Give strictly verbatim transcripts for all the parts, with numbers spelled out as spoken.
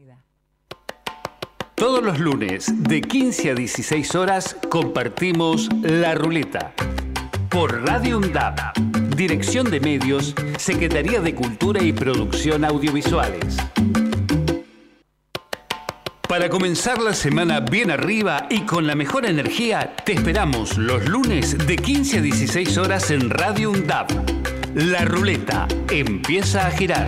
Todos los lunes, de quince a dieciséis horas, compartimos La Ruleta. Por Radio UNDAP, Dirección de Medios, Secretaría de Cultura y Producción Audiovisuales. Para comenzar la semana bien arriba y con la mejor energía, te esperamos los lunes de quince a dieciséis horas en Radio UNDAP. La Ruleta empieza a girar.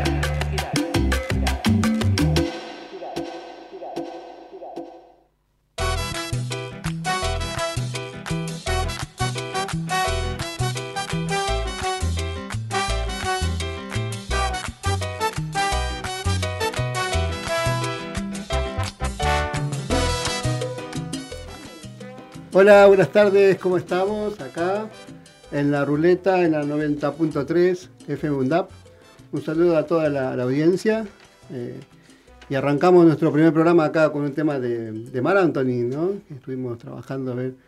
Hola, buenas tardes, ¿cómo estamos? Acá en La Ruleta, en la noventa punto tres F M UNDAP. Un saludo a toda la, la audiencia. Eh, y arrancamos nuestro primer programa acá con un tema de, de Marc Anthony, ¿no? Estuvimos trabajando a ver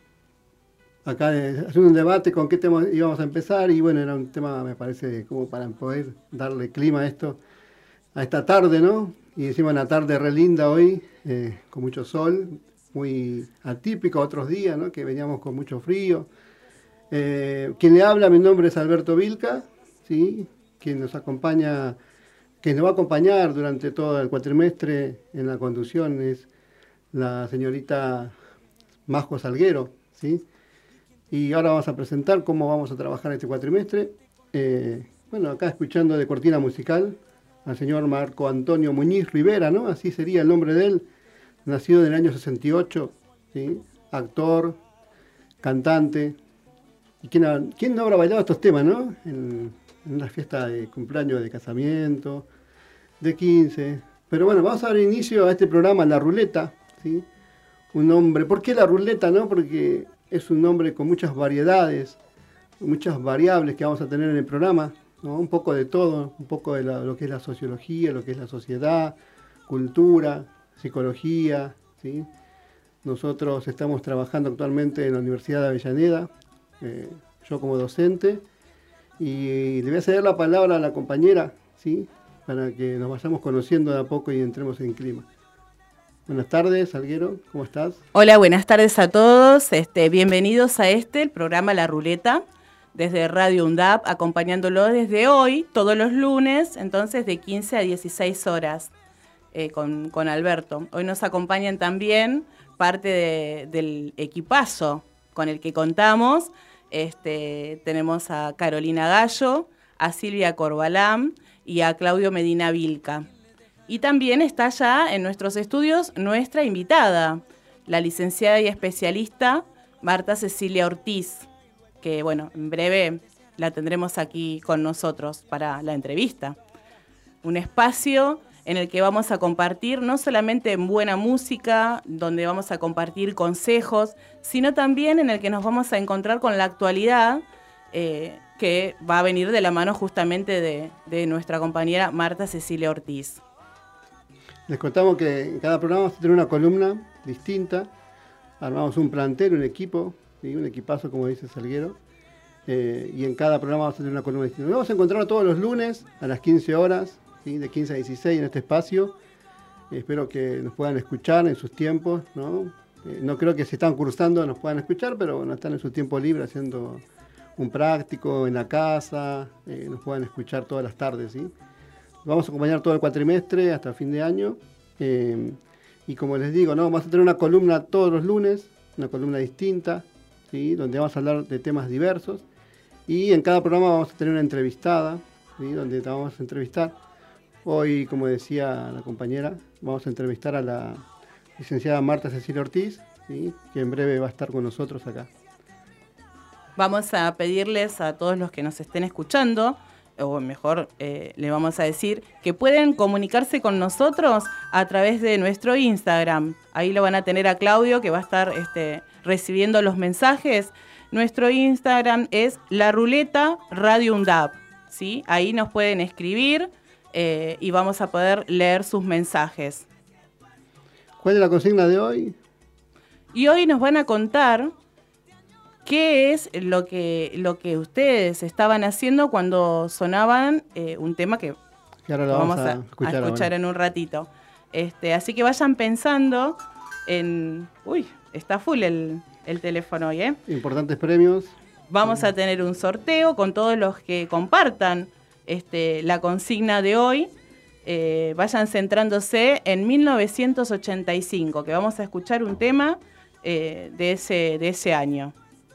acá, eh, haciendo un debate con qué tema íbamos a empezar. Y bueno, era un tema, me parece, como para poder darle clima a esto, a esta tarde, ¿no? Y encima una tarde re linda hoy, eh, con mucho sol. Muy atípico a otros días, ¿no? Que veníamos con mucho frío. Eh, quien le habla, mi nombre es Alberto Vilca, ¿sí? Quien nos acompaña, quien nos va a acompañar durante todo el cuatrimestre en la conducción es la señorita Majo Salguero, ¿sí? Y ahora vamos a presentar cómo vamos a trabajar este cuatrimestre. Eh, bueno, acá escuchando de cortina musical al señor Marco Antonio Muñiz Rivera, ¿no? Así sería el nombre de él. Nacido en el año sesenta y ocho, ¿sí? Actor, cantante. ¿Y quién, quién no habrá bailado estos temas, no? En, en una fiesta de cumpleaños, de casamiento, de quince. Pero bueno, vamos a dar inicio a este programa, La Ruleta, ¿sí? Un nombre. ¿Por qué La Ruleta, no? Porque es un nombre con muchas variedades, muchas variables que vamos a tener en el programa, ¿no? Un poco de todo, un poco de la, lo que es la sociología, lo que es la sociedad, cultura, psicología, ¿sí? Nosotros estamos trabajando actualmente en la Universidad de Avellaneda, eh, yo como docente, y le voy a ceder la palabra a la compañera, ¿sí? Para que nos vayamos conociendo de a poco y entremos en clima. Buenas tardes, Salguero, ¿cómo estás? Hola, buenas tardes a todos, este, bienvenidos a este, el programa La Ruleta, desde Radio UNDAP, acompañándolo desde hoy, todos los lunes, entonces de quince a dieciséis horas. Eh, con, con Alberto. Hoy nos acompañan también parte de, del equipazo con el que contamos. Este, tenemos a Carolina Gallo, a Silvia Corbalán y a Claudio Medina Vilca. Y también está ya en nuestros estudios nuestra invitada, la licenciada y especialista Marta Cecilia Ortiz, que bueno, en breve la tendremos aquí con nosotros para la entrevista. Un espacio en el que vamos a compartir no solamente buena música, donde vamos a compartir consejos, sino también en el que nos vamos a encontrar con la actualidad, eh, que va a venir de la mano justamente de, de nuestra compañera Marta Cecilia Ortiz. Les contamos que en cada programa vamos a tener una columna distinta, armamos un plantel, un equipo, ¿sí? Un equipazo, como dice Salguero, eh, y en cada programa vamos a tener una columna distinta. Nos vamos a encontrar todos los lunes a las quince horas, ¿sí? De quince a dieciséis en este espacio. Eh, espero que nos puedan escuchar en sus tiempos, ¿no? Eh, no creo que si están cursando nos puedan escuchar, pero bueno, están en su tiempo libre haciendo un práctico en la casa, eh, nos puedan escuchar todas las tardes, ¿sí? Vamos a acompañar todo el cuatrimestre hasta el fin de año. Eh, y como les digo, ¿no? Vamos a tener una columna todos los lunes, una columna distinta, ¿sí? Donde vamos a hablar de temas diversos. Y en cada programa vamos a tener una entrevistada, ¿sí? Donde te vamos a entrevistar. Hoy, como decía la compañera, vamos a entrevistar a la licenciada Marta Cecilia Ortiz, ¿sí? Que en breve va a estar con nosotros acá. Vamos a pedirles a todos los que nos estén escuchando, o mejor, eh, le vamos a decir que pueden comunicarse con nosotros a través de nuestro Instagram. Ahí lo van a tener a Claudio, que va a estar este, recibiendo los mensajes. Nuestro Instagram es La Ruleta Radio UNDAP, ¿sí? Ahí nos pueden escribir eh, y vamos a poder leer sus mensajes. ¿Cuál es la consigna de hoy? Y hoy nos van a contar qué es lo que, lo que ustedes estaban haciendo cuando sonaban eh, un tema que, que ahora lo vamos, vamos a, a escuchar, a escuchar ahora. en un ratito. Este, así que vayan pensando en... Uy, está full el, el teléfono hoy, ¿eh? Importantes premios. Vamos a tener un sorteo con todos los que compartan este, la consigna de hoy. Eh, vayan centrándose en mil novecientos ochenta y cinco, que vamos a escuchar un tema eh, de, ese, de ese año.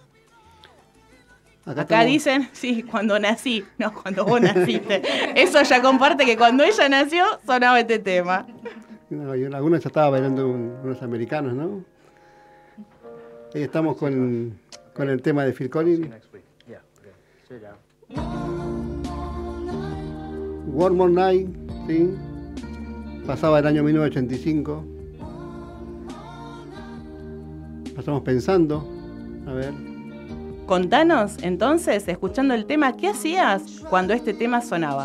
Acá, Acá dicen, sí, cuando nací, no, cuando vos naciste. Eso ya comparte que cuando ella nació sonaba este tema. No, y algunos ya estaba bailando un, unos americanos, ¿no? Ahí estamos con, con el tema de Phil Collins. One More Night, ¿sí? Pasaba el año mil novecientos ochenta y cinco. Pasamos pensando, a ver. Contanos, entonces, escuchando el tema, ¿qué hacías cuando este tema sonaba?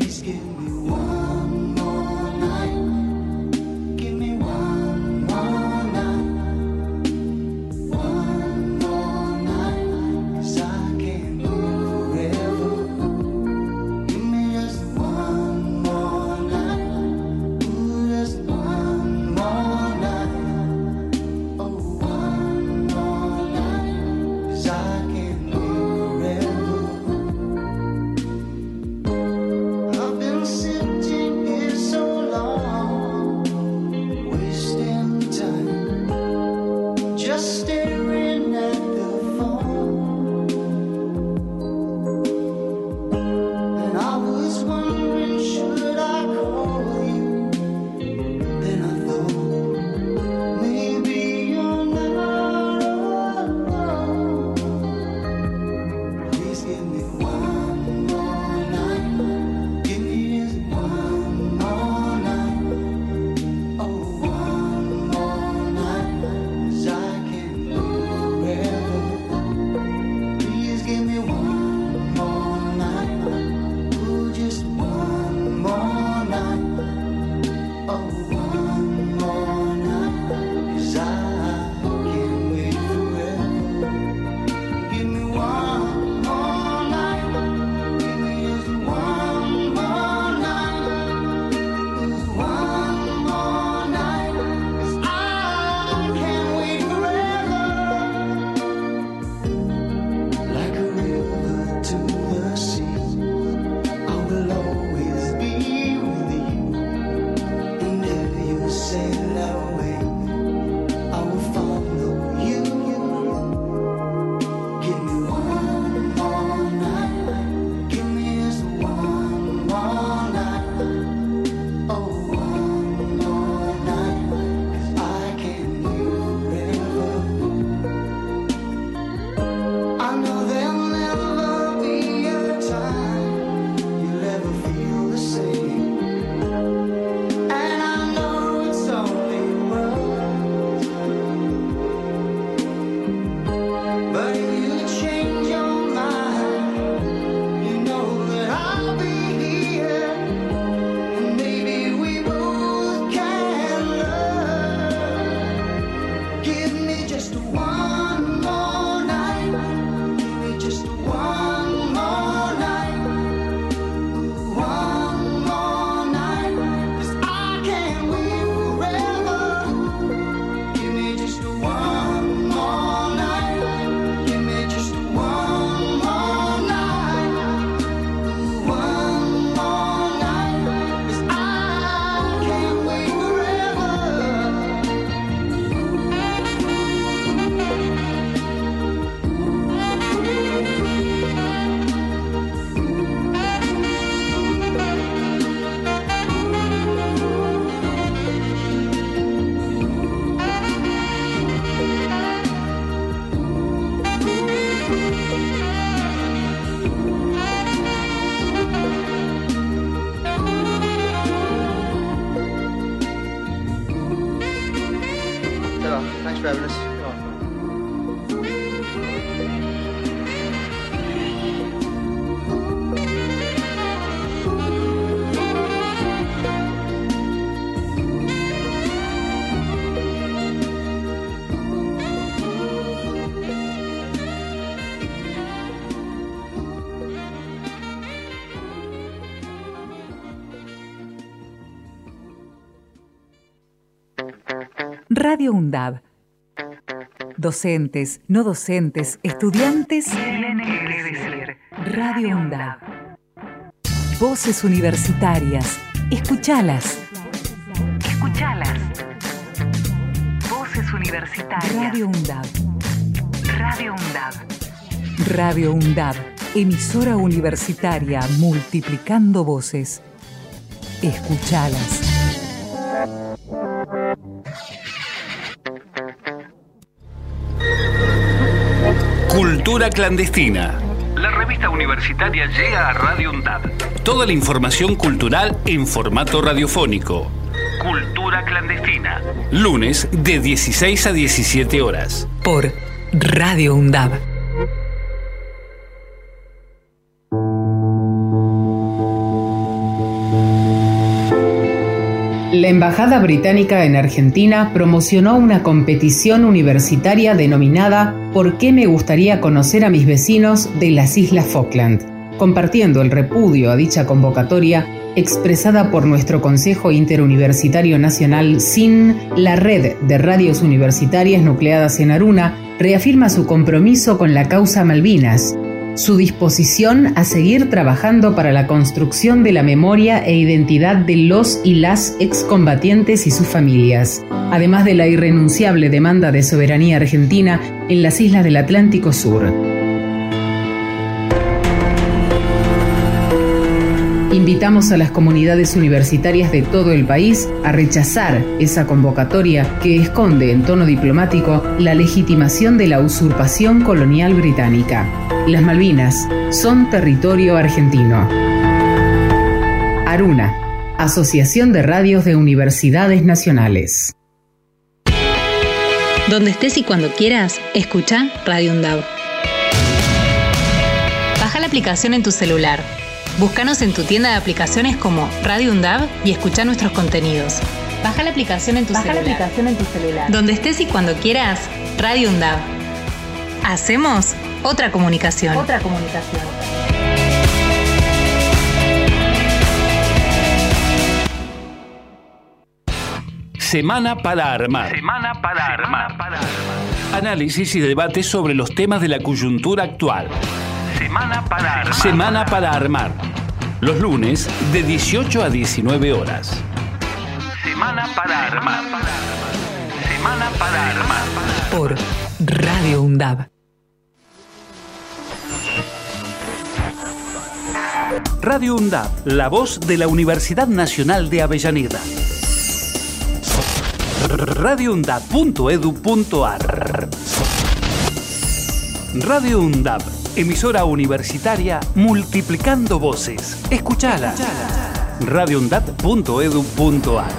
One more night, give me one more Radio UNDAB. Docentes, no docentes, estudiantes. Tienen que decir. Radio UNDAB. Voces universitarias. Escuchalas. Escuchalas. Voces universitarias. Radio UNDAB. Radio UNDAB. Radio UNDAB. Emisora universitaria multiplicando voces. Escuchalas. Cultura clandestina. La revista universitaria llega a Radio UNDAB. Toda la información cultural en formato radiofónico. Cultura clandestina. Lunes de dieciséis a diecisiete horas. Por Radio UNDAB. La Embajada Británica en Argentina promocionó una competición universitaria denominada ¿Por qué me gustaría conocer a mis vecinos de las Islas Falkland?, compartiendo el repudio a dicha convocatoria expresada por nuestro Consejo Interuniversitario Nacional S I N. La red de radios universitarias nucleadas en Aruna reafirma su compromiso con la causa Malvinas, su disposición a seguir trabajando para la construcción de la memoria e identidad de los y las excombatientes y sus familias, además de la irrenunciable demanda de soberanía argentina en las islas del Atlántico Sur. Invitamos a las comunidades universitarias de todo el país a rechazar esa convocatoria que esconde en tono diplomático la legitimación de la usurpación colonial británica. Las Malvinas son territorio argentino. Aruna, Asociación de Radios de Universidades Nacionales. Donde estés y cuando quieras, escucha Radio UNDAB. Baja la aplicación en tu celular. Búscanos en tu tienda de aplicaciones como Radio UNDAB y escucha nuestros contenidos. Baja la aplicación en tu Baja celular. la aplicación en tu celular. Donde estés y cuando quieras, Radio UNDAB. Hacemos otra comunicación. Otra comunicación. Semana para armar. Semana para armar. Análisis y debate sobre los temas de la coyuntura actual. Semana para armar. Semana para armar. Los lunes de dieciocho a diecinueve horas. Semana para armar. Semana para armar. Por Radio UNDAB. Radio UNDAB, la voz de la Universidad Nacional de Avellaneda. radio undab punto edu punto ar. Radio UNDAB, emisora universitaria multiplicando voces. Escuchala. radio undab punto edu punto ar.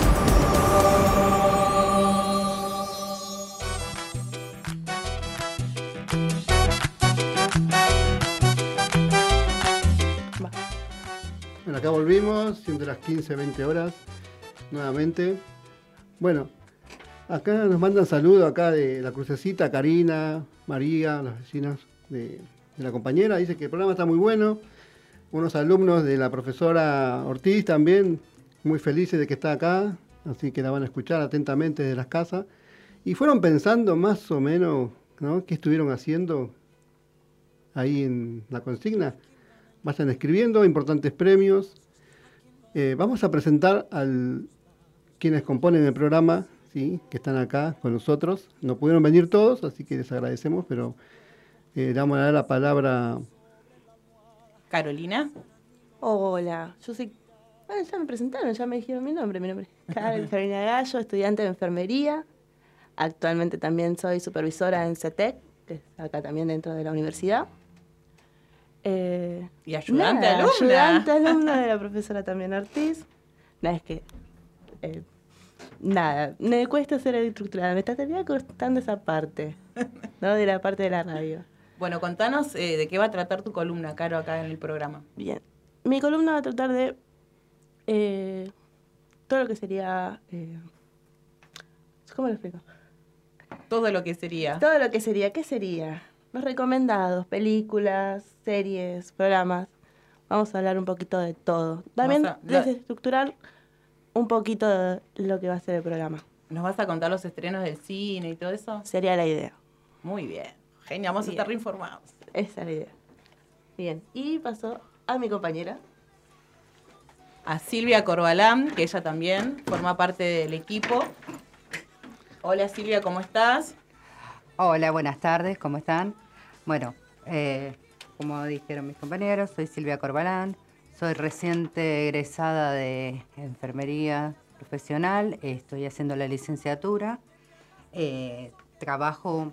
Bueno, acá volvimos, siendo las quince, veinte horas, nuevamente. Bueno, acá nos mandan saludos acá de la Crucecita, Karina, María, las vecinas de, de la compañera. Dice que el programa está muy bueno. Unos alumnos de la profesora Ortiz también, muy felices de que está acá, así que la van a escuchar atentamente desde las casas. Y fueron pensando más o menos, ¿no?, qué estuvieron haciendo ahí en la consigna. Vayan escribiendo, importantes premios. Eh, vamos a presentar a quienes componen el programa, ¿sí?, que están acá con nosotros. No pudieron venir todos, así que les agradecemos, pero eh, le vamos a dar la palabra. Carolina. Hola, yo soy... Bueno, ya me presentaron, ya me dijeron mi nombre. Mi nombre es Carolina Gallo, estudiante de enfermería. Actualmente también soy supervisora en CETEC, que es acá también dentro de la universidad. Eh, y ayudante nada, alumna. Ayudante alumna de la profesora también Ortiz. Nada, es que... Eh, nada, me cuesta ser estructurada. Me estaría costando esa parte, ¿no?, de la parte de la radio. Bueno, contanos eh, de qué va a tratar tu columna, Caro, acá en el programa. Bien, mi columna va a tratar de eh, todo lo que sería... Eh, ¿Cómo lo explico? Todo lo que sería. Todo lo que sería, ¿qué sería? Los recomendados, películas, series, programas. Vamos a hablar un poquito de todo. También a, la... desestructurar un poquito de lo que va a ser el programa. ¿Nos vas a contar los estrenos del cine y todo eso? Sería la idea. Muy bien. Genial, vamos Bien. a estar reinformados. Esa es la idea. Bien, y pasó a mi compañera. A Silvia Corbalán, que ella también forma parte del equipo. Hola Silvia, ¿cómo estás? Hola, buenas tardes, ¿cómo están? Bueno, eh, como dijeron mis compañeros, soy Silvia Corbalán, soy reciente egresada de enfermería profesional, estoy haciendo la licenciatura, eh, trabajo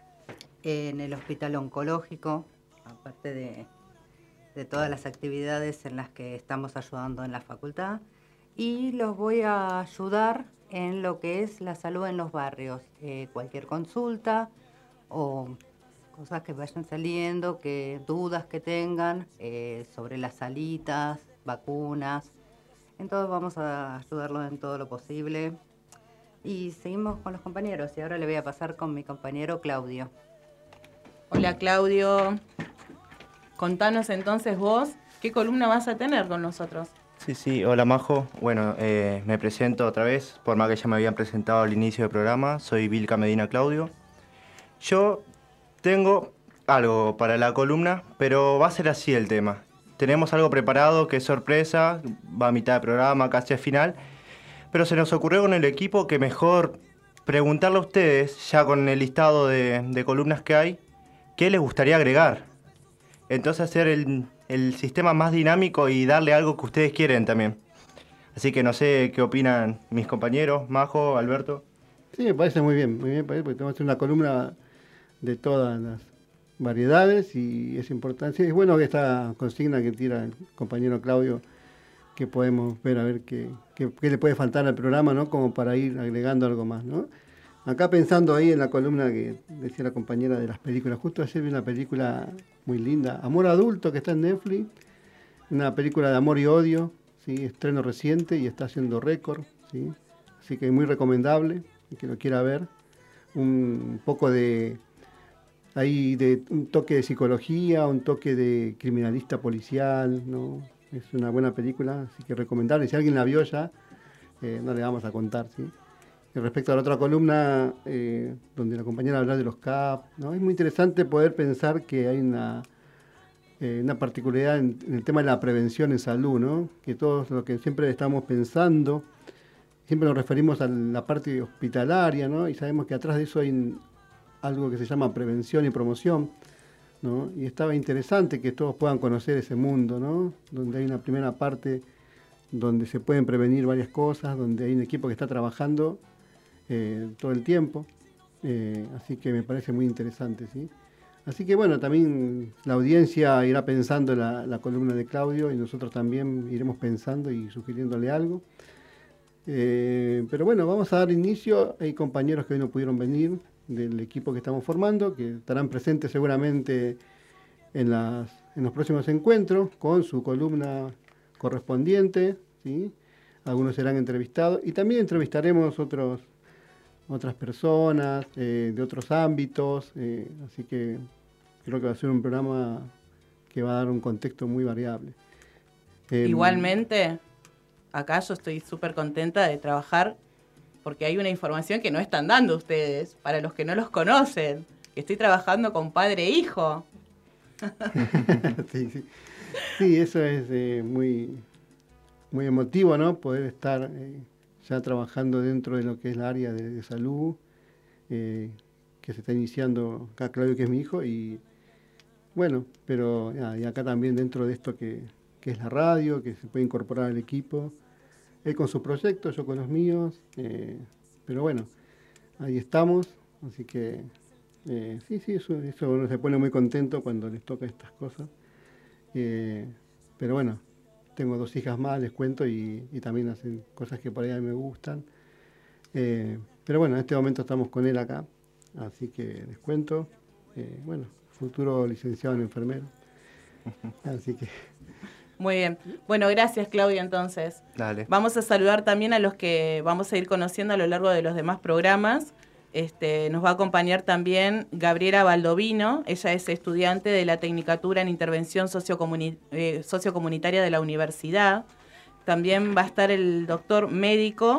en el hospital oncológico, aparte de, de todas las actividades en las que estamos ayudando en la facultad, y los voy a ayudar en lo que es la salud en los barrios, eh, cualquier consulta o cosas que vayan saliendo, que dudas que tengan eh, sobre las salitas, vacunas. Entonces vamos a ayudarlos en todo lo posible. Y seguimos con los compañeros y ahora le voy a pasar con mi compañero Claudio. Hola Claudio. Contanos entonces vos, ¿qué columna vas a tener con nosotros? Sí, sí, hola Majo. Bueno, eh, me presento otra vez, por más que ya me habían presentado al inicio del programa. Soy Vilca Medina Claudio. Yo tengo algo para la columna, pero va a ser así el tema. Tenemos algo preparado que es sorpresa, va a mitad de programa, casi al final, pero se nos ocurrió con el equipo que mejor preguntarle a ustedes, ya con el listado de, de columnas que hay, qué les gustaría agregar. Entonces hacer el, el sistema más dinámico y darle algo que ustedes quieren también. Así que no sé qué opinan mis compañeros, Majo, Alberto. Sí, me parece muy bien, muy bien, porque tenemos que hacer una columna de todas las variedades y es importante. Sí, es bueno que esta consigna que tira el compañero Claudio, que podemos ver a ver qué, qué, qué le puede faltar al programa, ¿no? Como para ir agregando algo más, ¿no? Acá pensando ahí en la columna que decía la compañera de las películas, justo ayer vi una película muy linda, Amor Adulto, que está en Netflix, una película de amor y odio, ¿sí? Estreno reciente y está haciendo récord, ¿sí? Así que muy recomendable, el que lo quiera ver. Un poco de, ahí de un toque de psicología, un toque de criminalista policial, ¿no? Es una buena película, así que recomendable. Si alguien la vio ya, eh, no le vamos a contar, ¿sí? Y respecto a la otra columna, eh, donde la compañera habla de los C A P, ¿no? Es muy interesante poder pensar que hay una, eh, una particularidad en, en el tema de la prevención en salud, ¿no? Que todos lo que siempre estamos pensando, siempre nos referimos a la parte hospitalaria, ¿no? Y sabemos que atrás de eso hay un, algo que se llama prevención y promoción, ¿no? Y estaba interesante que todos puedan conocer ese mundo, ¿no? Donde hay una primera parte donde se pueden prevenir varias cosas, donde hay un equipo que está trabajando eh, todo el tiempo, eh, así que me parece muy interesante, ¿sí? Así que bueno, también la audiencia irá pensando en la, la columna de Claudio y nosotros también iremos pensando y sugiriéndole algo. Eh, pero bueno, vamos a dar inicio. Hay compañeros que hoy no pudieron venir del equipo que estamos formando, que estarán presentes seguramente en, las, en los próximos encuentros con su columna correspondiente, ¿sí? Algunos serán entrevistados y también entrevistaremos otros, otras personas eh, de otros ámbitos, eh, así que creo que va a ser un programa que va a dar un contexto muy variable. Eh, Igualmente, acá yo estoy súper contenta de trabajar porque hay una información que no están dando ustedes, para los que no los conocen, que estoy trabajando con padre e hijo. sí, sí. Sí, eso es eh, muy, muy emotivo, ¿no? Poder estar eh, ya trabajando dentro de lo que es la área de, de salud, eh, que se está iniciando acá, Claudio, que es mi hijo, y bueno, pero ya, y acá también dentro de esto que, que es la radio, que se puede incorporar al equipo, él con sus proyectos, yo con los míos, eh, pero bueno, ahí estamos, así que eh, sí, sí, eso, eso uno se pone muy contento cuando les toca estas cosas. Eh, pero bueno, tengo dos hijas más, les cuento, y, y también hacen cosas que por ahí a mí me gustan. Eh, pero bueno, en este momento estamos con él acá, así que les cuento. Eh, bueno, futuro licenciado en enfermero. Así que... Muy bien. Bueno, gracias Claudia entonces. Dale. Vamos a saludar también a los que vamos a ir conociendo a lo largo de los demás programas. Este, nos va a acompañar también Gabriela Baldovino, ella es estudiante de la Tecnicatura en Intervención Sociocomuni- eh, Sociocomunitaria de la Universidad. También va a estar el doctor médico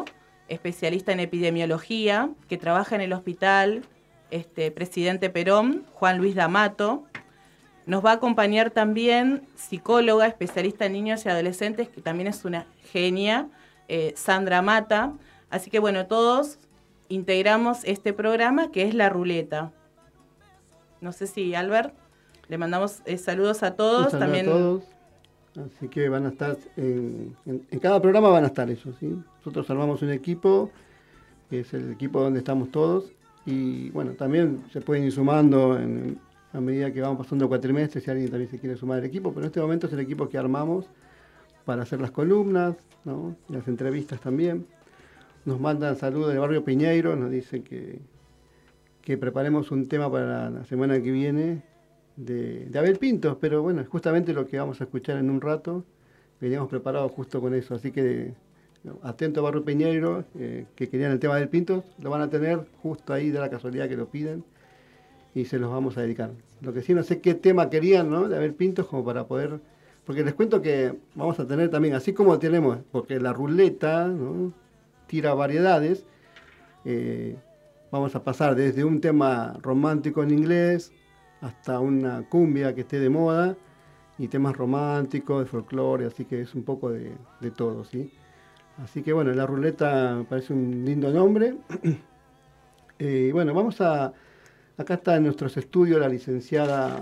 especialista en epidemiología, que trabaja en el hospital este, Presidente Perón, Juan Luis D'Amato. Nos va a acompañar también psicóloga, especialista en niños y adolescentes, que también es una genia, eh, Sandra Mata. Así que bueno, todos integramos este programa que es La Ruleta. No sé si, Albert, le mandamos eh, saludos a todos. Un saludo también a todos. Así que van a estar, en, en, en cada programa van a estar ellos, ¿sí? Nosotros armamos un equipo, que es el equipo donde estamos todos, y bueno, también se pueden ir sumando en, a medida que vamos pasando cuatrimestres, si alguien también se quiere sumar al equipo, pero en este momento es el equipo que armamos para hacer las columnas, ¿no? Las entrevistas también. Nos mandan saludos del barrio Piñeiro, nos dicen que, que preparemos un tema para la semana que viene de, de Abel Pintos, pero bueno, es justamente lo que vamos a escuchar en un rato. Veníamos preparados justo con eso, así que atento a barrio Piñeiro, eh, que querían el tema del Pintos, lo van a tener justo ahí, de la casualidad que lo piden, y se los vamos a dedicar. Lo que sí, no sé qué tema querían, ¿no?, de Abel Pintos, como para poder... Porque les cuento que vamos a tener también, así como tenemos, porque la ruleta, ¿no?, tira variedades, eh, vamos a pasar desde un tema romántico en inglés hasta una cumbia que esté de moda, y temas románticos, de folclore, así que es un poco de, de todo, ¿sí? Así que bueno, la ruleta me parece un lindo nombre. Y eh, bueno, vamos a... Acá está en nuestros estudios la licenciada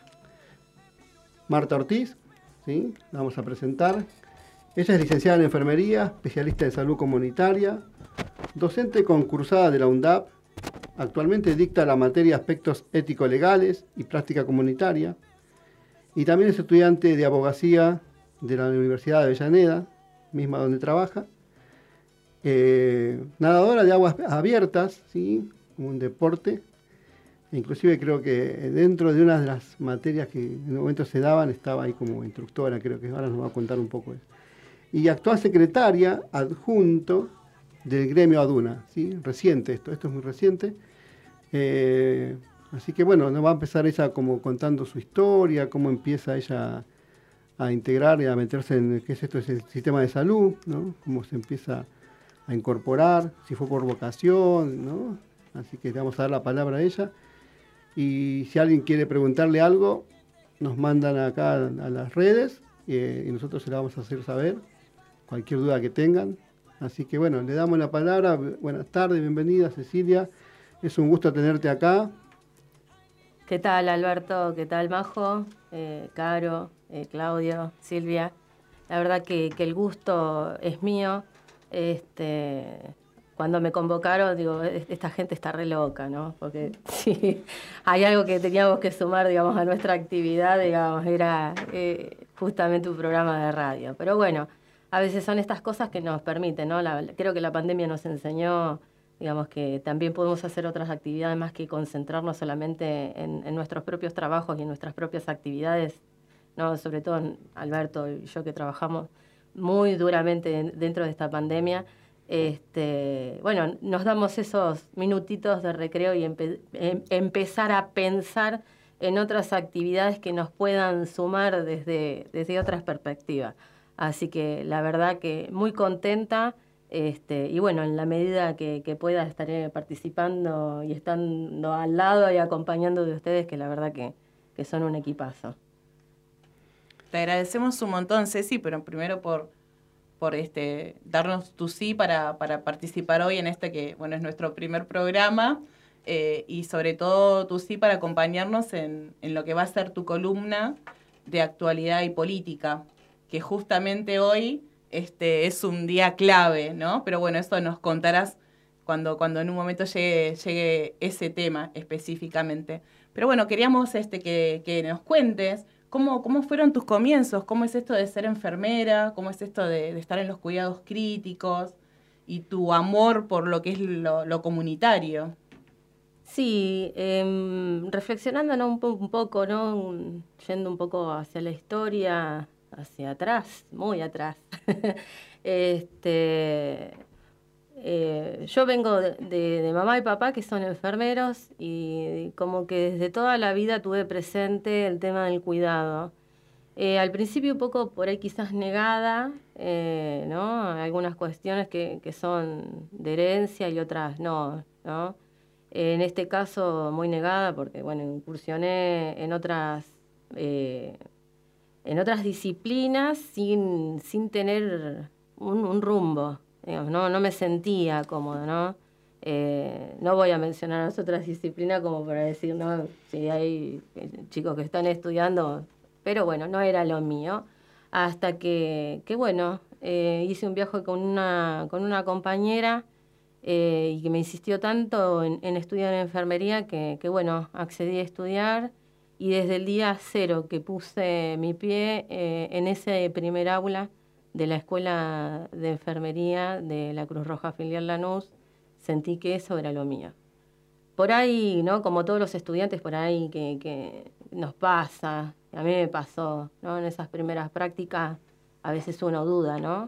Marta Ortiz, ¿sí? La vamos a presentar. Ella es licenciada en enfermería, especialista en salud comunitaria, docente concursada de la UNDAP. Actualmente dicta la materia aspectos ético-legales y práctica comunitaria. Y también es estudiante de abogacía de la Universidad de Avellaneda, misma donde trabaja. Eh, nadadora de aguas abiertas, ¿sí?, un deporte. Inclusive creo que dentro de una de las materias que en un momento se daban, estaba ahí como instructora, creo que ahora nos va a contar un poco eso. Y actual secretaria adjunto del gremio ADUNA, ¿sí? Reciente esto, esto es muy reciente. Eh, así que bueno, nos va a empezar ella como contando su historia, cómo empieza ella a integrar y a meterse en qué es esto, es el sistema de salud, ¿no?, cómo se empieza a incorporar, si fue por vocación, ¿no? Así que le vamos a dar la palabra a ella. Y si alguien quiere preguntarle algo, nos mandan acá a las redes eh, y nosotros se la vamos a hacer saber, cualquier duda que tengan. Así que bueno, le damos la palabra. Buenas tardes, bienvenida Cecilia. Es un gusto tenerte acá. ¿Qué tal, Alberto? ¿Qué tal, Majo? Eh, Caro, eh, Claudio, Silvia. La verdad que, que el gusto es mío. Este... Cuando me convocaron, digo, esta gente está re loca, ¿no? Porque sí, hay algo que teníamos que sumar, digamos, a nuestra actividad, digamos, era eh, justamente un programa de radio. Pero bueno, a veces son estas cosas que nos permiten, ¿no? La, creo que la pandemia nos enseñó, digamos, que también podemos hacer otras actividades más que concentrarnos solamente en, en nuestros propios trabajos y en nuestras propias actividades, ¿no? Sobre todo Alberto y yo, que trabajamos muy duramente dentro de esta pandemia. Este, bueno, nos damos esos minutitos de recreo y empe em empezar a pensar en otras actividades que nos puedan sumar desde, desde otras perspectivas. Así que la verdad que muy contenta, este, y bueno, en la medida que, que pueda estaré participando y estando al lado y acompañando de ustedes, que la verdad que, que son un equipazo. Te agradecemos un montón, Ceci, pero primero por... por este, darnos tu sí para, para participar hoy en este que, bueno, es nuestro primer programa, eh, y sobre todo tu sí para acompañarnos en, en lo que va a ser tu columna de actualidad y política, que justamente hoy este, es un día clave, ¿no? Pero bueno, eso nos contarás cuando, cuando en un momento llegue, llegue ese tema específicamente. Pero bueno, queríamos este, que, que nos cuentes ¿Cómo, ¿Cómo fueron tus comienzos? ¿Cómo es esto de ser enfermera? ¿Cómo es esto de, de estar en los cuidados críticos? Y tu amor por lo que es lo, lo comunitario. Sí, eh, reflexionando, ¿no? un, po un poco, ¿no? Yendo un poco hacia la historia, hacia atrás, muy atrás. este, eh, yo vengo de, de, de mamá y papá, que son enfermeros, y como que desde toda la vida tuve presente el tema del cuidado. Eh, al principio un poco por ahí quizás negada, eh, ¿no? Algunas cuestiones que, que son de herencia y otras no, ¿no? En este caso muy negada porque, bueno, incursioné en otras, eh, en otras disciplinas sin, sin tener un, un rumbo, digamos, ¿no? No me sentía cómoda, ¿no? Eh, no voy a mencionar las otras disciplinas como para decir, no, si hay chicos que están estudiando, pero bueno, no era lo mío. Hasta que, que bueno, eh, hice un viaje con una, con una compañera eh, y que me insistió tanto en, en estudiar enfermería que, que bueno, accedí a estudiar y desde el día cero que puse mi pie eh, en ese primer aula de la Escuela de Enfermería de la Cruz Roja Filial Lanús, sentí que eso era lo mío. Por ahí, ¿no? Como todos los estudiantes por ahí que, que nos pasa, a mí me pasó, ¿no? En esas primeras prácticas a veces uno duda, ¿no?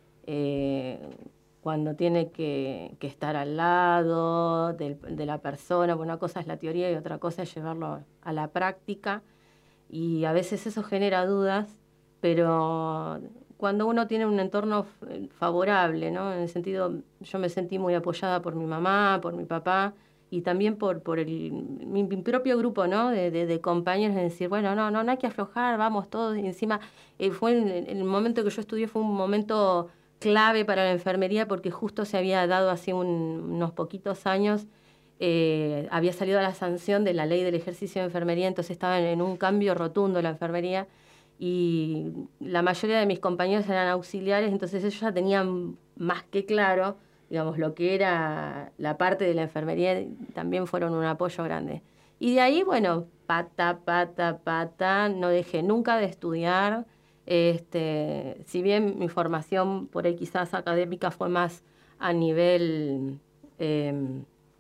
Eh, cuando tiene que, que estar al lado de, de la persona, una cosa es la teoría y otra cosa es llevarlo a la práctica, y a veces eso genera dudas, pero cuando uno tiene un entorno favorable, ¿no? En el sentido, yo me sentí muy apoyada por mi mamá, por mi papá, y también por, por el, mi, mi propio grupo, ¿no? De, de, de compañeros, de decir, bueno, no, no, no hay que aflojar, vamos todos, y encima eh, fue en, en el momento que yo estudié fue un momento clave para la enfermería porque justo se había dado hace un, unos poquitos años, eh, había salido la sanción de la ley del ejercicio de enfermería, entonces estaba en, en un cambio rotundo la enfermería, y la mayoría de mis compañeros eran auxiliares, entonces ellos ya tenían más que claro, digamos, lo que era la parte de la enfermería, también fueron un apoyo grande. Y de ahí, bueno, pata, pata, pata, no dejé nunca de estudiar. Este, si bien mi formación por ahí quizás académica fue más a nivel eh,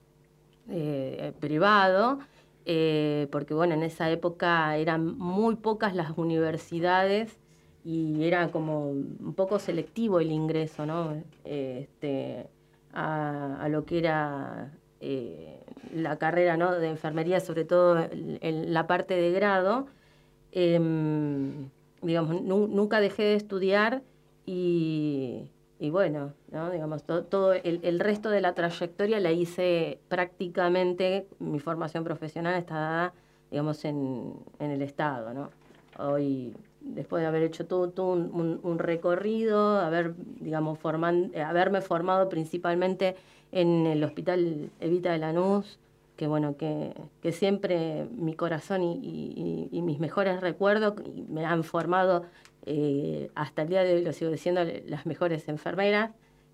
eh, privado, Eh, porque bueno, en esa época eran muy pocas las universidades y era como un poco selectivo el ingreso, ¿no? Este, a, a lo que era eh, la carrera, ¿no? De enfermería, sobre todo en, en la parte de grado. Eh, digamos, nu, nunca dejé de estudiar y, y bueno, ¿no? Digamos, to, todo el, el resto de la trayectoria la hice prácticamente, mi formación profesional está dada, digamos, en, en el Estado, ¿no? Hoy, después de haber hecho todo, todo un, un, un recorrido, haber, digamos, forman, haberme formado principalmente en el Hospital Evita de Lanús, que bueno, que, que siempre mi corazón y, y, y mis mejores recuerdos me han formado. Eh, hasta el día de hoy lo sigo diciendo, las mejores enfermeras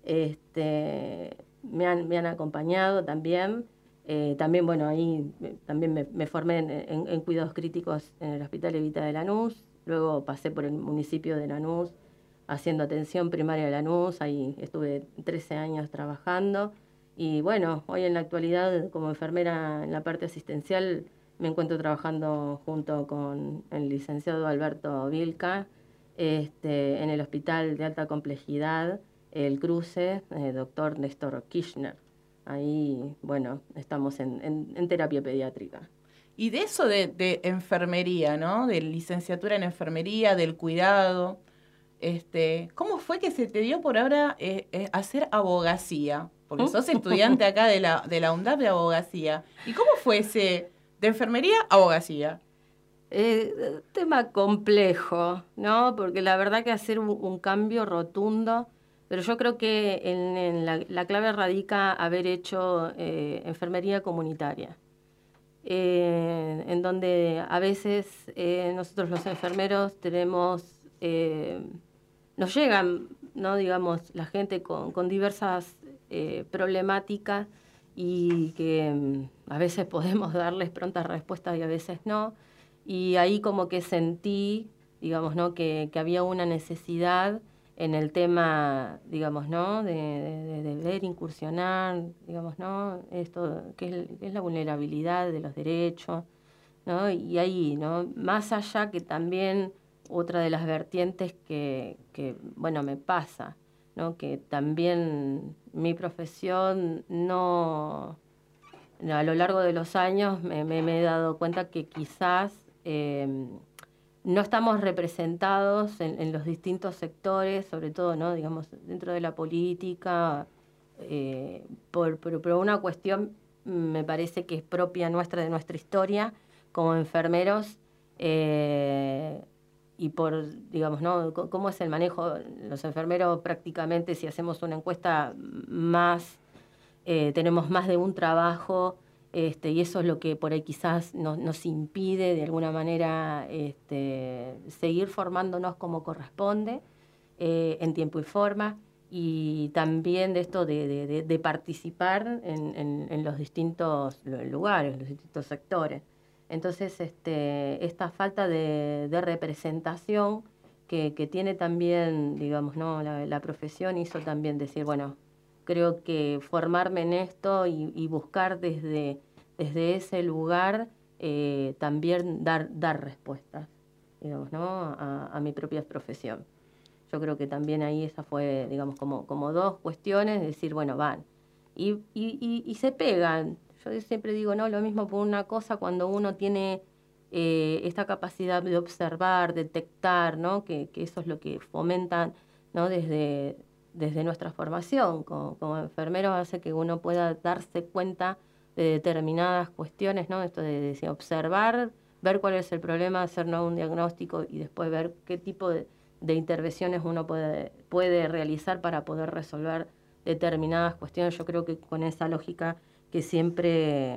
este, me, han, me han acompañado también. Eh, también, bueno, ahí también me, me formé en, en, en cuidados críticos en el Hospital Evita de Lanús. Luego pasé por el municipio de Lanús haciendo atención primaria de Lanús. Ahí estuve trece años trabajando. Y bueno, hoy en la actualidad como enfermera en la parte asistencial me encuentro trabajando junto con el licenciado Alberto Vilca, Este, en el Hospital de Alta Complejidad, El Cruce, eh, doctor Néstor Kirchner. Ahí, bueno, estamos en, en, en terapia pediátrica. Y de eso de, de enfermería, ¿no? De licenciatura en enfermería, del cuidado, este, ¿cómo fue que se te dio por ahora eh, eh, hacer abogacía? Porque sos estudiante acá de la, de la UNDAP de abogacía. ¿Y cómo fue ese de enfermería a abogacía? Eh, tema complejo, ¿no? Porque la verdad que hacer un, un cambio rotundo, pero yo creo que en, en la, la clave radica haber hecho eh, enfermería comunitaria, eh, en donde a veces eh, nosotros los enfermeros tenemos, eh, nos llegan, ¿no? Digamos, la gente con, con diversas eh, problemáticas y que mm, a veces podemos darles prontas respuestas y a veces no. Y ahí como que sentí, digamos, ¿no? que, que había una necesidad en el tema, digamos, ¿no? de, de, de ver, incursionar, digamos, ¿no? Esto que es, que es la vulnerabilidad de los derechos, ¿no? Y ahí, ¿no? Más allá que también otra de las vertientes que, que bueno, me pasa, ¿no? Que también mi profesión no, a lo largo de los años me, me, me he dado cuenta que quizás Eh, no estamos representados en, en los distintos sectores, sobre todo, ¿no? Digamos, dentro de la política, eh, por, por, por una cuestión, me parece que es propia nuestra, de nuestra historia, como enfermeros, eh, y por, digamos, ¿no? ¿Cómo es el manejo? Los enfermeros prácticamente, si hacemos una encuesta, más eh, tenemos más de un trabajo, este, y eso es lo que por ahí quizás nos, nos impide de alguna manera este, seguir formándonos como corresponde, eh, en tiempo y forma, y también de esto de, de, de, de participar en, en, en los distintos lugares, los distintos sectores. Entonces, este, esta falta de, de representación que, que tiene también, digamos, ¿no? la, la profesión hizo también decir, bueno, creo que formarme en esto y, y buscar desde, desde ese lugar eh, también dar, dar respuestas, digamos, ¿no? a, a mi propia profesión. Yo creo que también ahí esa fue, digamos, como, como dos cuestiones, de decir, bueno, van. Y, y, y, y se pegan. Yo siempre digo, no, lo mismo por una cosa cuando uno tiene eh, esta capacidad de observar, detectar, ¿no? Que, que eso es lo que fomentan, ¿no? Desde, desde nuestra formación como, como enfermeros, hace que uno pueda darse cuenta de determinadas cuestiones, ¿no? Esto de, de observar, ver cuál es el problema, hacer, ¿no? un diagnóstico y después ver qué tipo de, de intervenciones uno puede, puede realizar para poder resolver determinadas cuestiones. Yo creo que con esa lógica que siempre,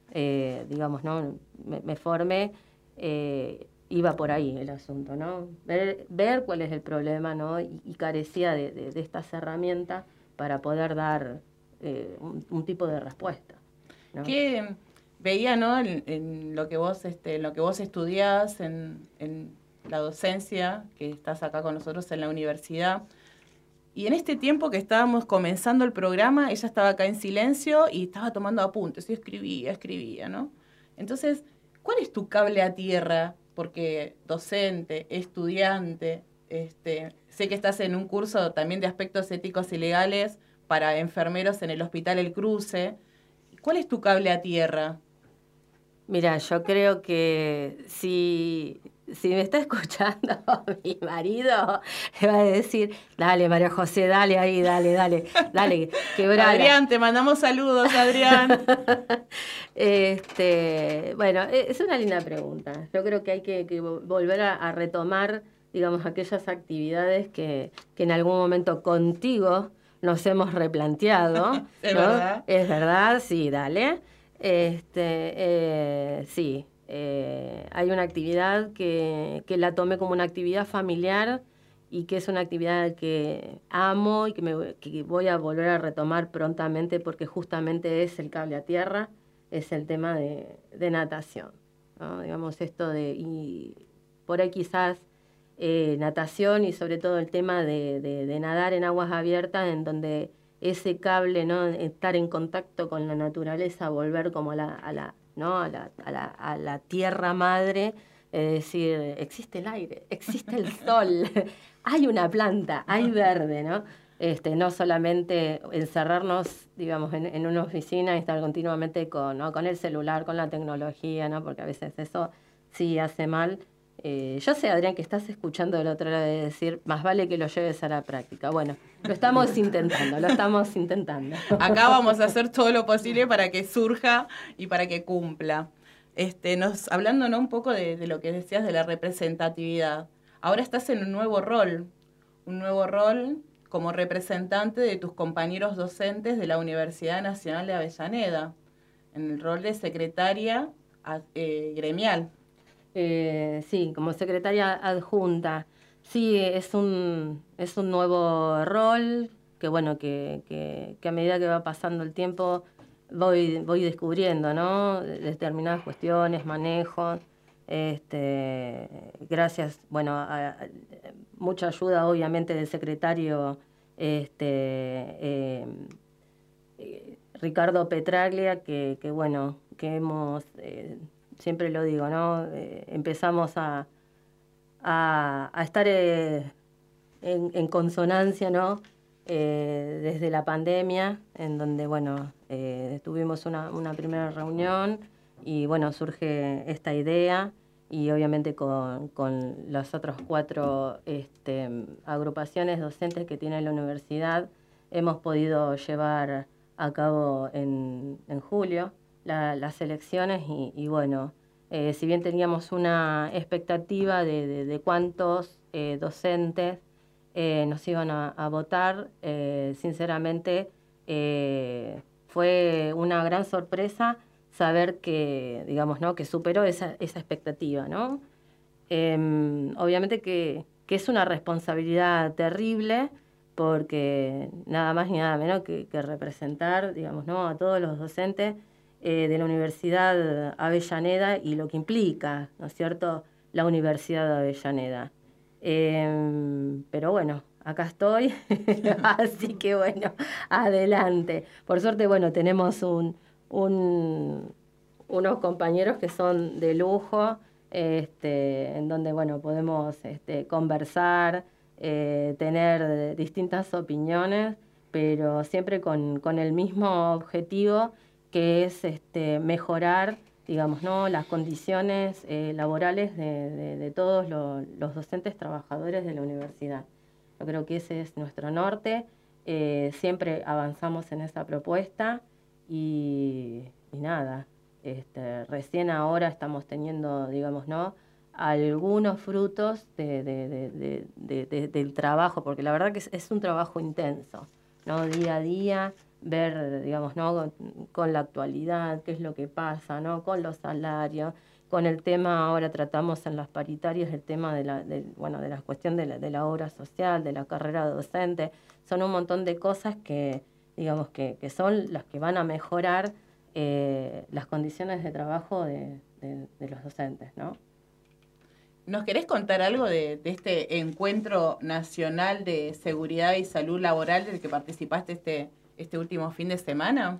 eh, digamos, ¿no? me, me formé, eh, iba por ahí el asunto, ¿no? Ver, ver cuál es el problema, ¿no? Y, y carecía de, de, de estas herramientas para poder dar eh, un, un tipo de respuesta, ¿no? ¿Qué veía, ¿no? En, en lo que vos, este, en lo que vos estudiás, en, en la docencia, que estás acá con nosotros en la universidad? Y en este tiempo que estábamos comenzando el programa, ella estaba acá en silencio y estaba tomando apuntes, y escribía, escribía, ¿no? Entonces, ¿cuál es tu cable a tierra? Porque docente, estudiante, este, sé que estás en un curso también de aspectos éticos y legales para enfermeros en el Hospital El Cruce. ¿Cuál es tu cable a tierra? Mira, yo creo que si... Si me está escuchando mi marido, le va a decir, dale, María José, dale ahí, dale, dale, dale, quebrala. Adrián, te mandamos saludos, Adrián. este, bueno, es una linda pregunta. Yo creo que hay que, que volver a, a retomar, digamos, aquellas actividades que, que en algún momento contigo nos hemos replanteado. ¿Es ¿no? verdad? Es verdad, sí, dale. Este, eh, sí. Eh, hay una actividad que, que la tomé como una actividad familiar y que es una actividad que amo y que, me, que voy a volver a retomar prontamente porque justamente es el cable a tierra, es el tema de, de natación, ¿no? Digamos esto de, y por ahí quizás eh, natación y sobre todo el tema de, de, de nadar en aguas abiertas en donde ese cable, ¿no? Estar en contacto con la naturaleza, volver como a la... A la ¿no? a, la, a, la, a la tierra madre, es decir, existe el aire, existe el sol, hay una planta, hay verde, ¿no? Este, no solamente encerrarnos, digamos, en, en una oficina y estar continuamente con, ¿no? con el celular, con la tecnología, ¿no? Porque a veces eso sí hace mal. Eh, yo sé, Adrián, que estás escuchando del otro lado de decir, más vale que lo lleves a la práctica. Bueno, lo estamos intentando, lo estamos intentando. Acá vamos a hacer todo lo posible para que surja y para que cumpla. Este, nos, hablando, ¿no? un poco de, de lo que decías de la representatividad. Ahora estás en un nuevo rol, un nuevo rol como representante de tus compañeros docentes de la Universidad Nacional de Avellaneda, en el rol de secretaria eh, gremial. Eh, sí, como secretaria adjunta. Sí, es un, es un nuevo rol que, bueno, que, que, que a medida que va pasando el tiempo voy, voy descubriendo, ¿no? Determinadas cuestiones, manejos. Este, gracias, bueno, a, a mucha ayuda, obviamente, del secretario este, eh, eh, Ricardo Petraglia, que, que, bueno, que hemos... Eh, siempre lo digo, ¿no? Eh, empezamos a, a, a estar eh, en, en consonancia, ¿no? Eh, desde la pandemia, en donde, bueno, eh, tuvimos una, una primera reunión y, bueno, surge esta idea y obviamente con, con las otras cuatro este, agrupaciones docentes que tiene la universidad, hemos podido llevar a cabo en, en julio la, las elecciones y, y bueno, eh, si bien teníamos una expectativa de, de, de cuántos eh, docentes eh, nos iban a, a votar, eh, sinceramente eh, fue una gran sorpresa saber que, digamos, ¿no? que superó esa, esa expectativa, ¿no? Eh, obviamente que, que es una responsabilidad terrible, porque nada más ni nada menos que, que representar, digamos, ¿no? a todos los docentes eh, de la Universidad Avellaneda y lo que implica, ¿no es cierto?, la Universidad de Avellaneda. Eh, pero bueno, acá estoy, así que bueno, adelante. Por suerte, bueno, tenemos un, un, unos compañeros que son de lujo, este, en donde, bueno, podemos este, conversar, eh, tener distintas opiniones, pero siempre con, con el mismo objetivo, que es este, mejorar, digamos, ¿no? las condiciones eh, laborales de, de, de todos lo, los docentes trabajadores de la universidad. Yo creo que ese es nuestro norte, eh, siempre avanzamos en esa propuesta y, y nada, este, recién ahora estamos teniendo, digamos, ¿no? algunos frutos de, de, de, de, de, de, del trabajo, porque la verdad que es, es un trabajo intenso, ¿no? Día a día, ver, digamos, ¿no? con, con la actualidad, qué es lo que pasa, ¿no? Con los salarios, con el tema, ahora tratamos en las paritarias el tema de la, de, bueno, de la cuestión de la, de la obra social, de la carrera docente, son un montón de cosas que, digamos, que, que son las que van a mejorar eh, las condiciones de trabajo de, de, de los docentes, ¿no? ¿Nos querés contar algo de, de este encuentro nacional de seguridad y salud laboral del que participaste este, este último fin de semana?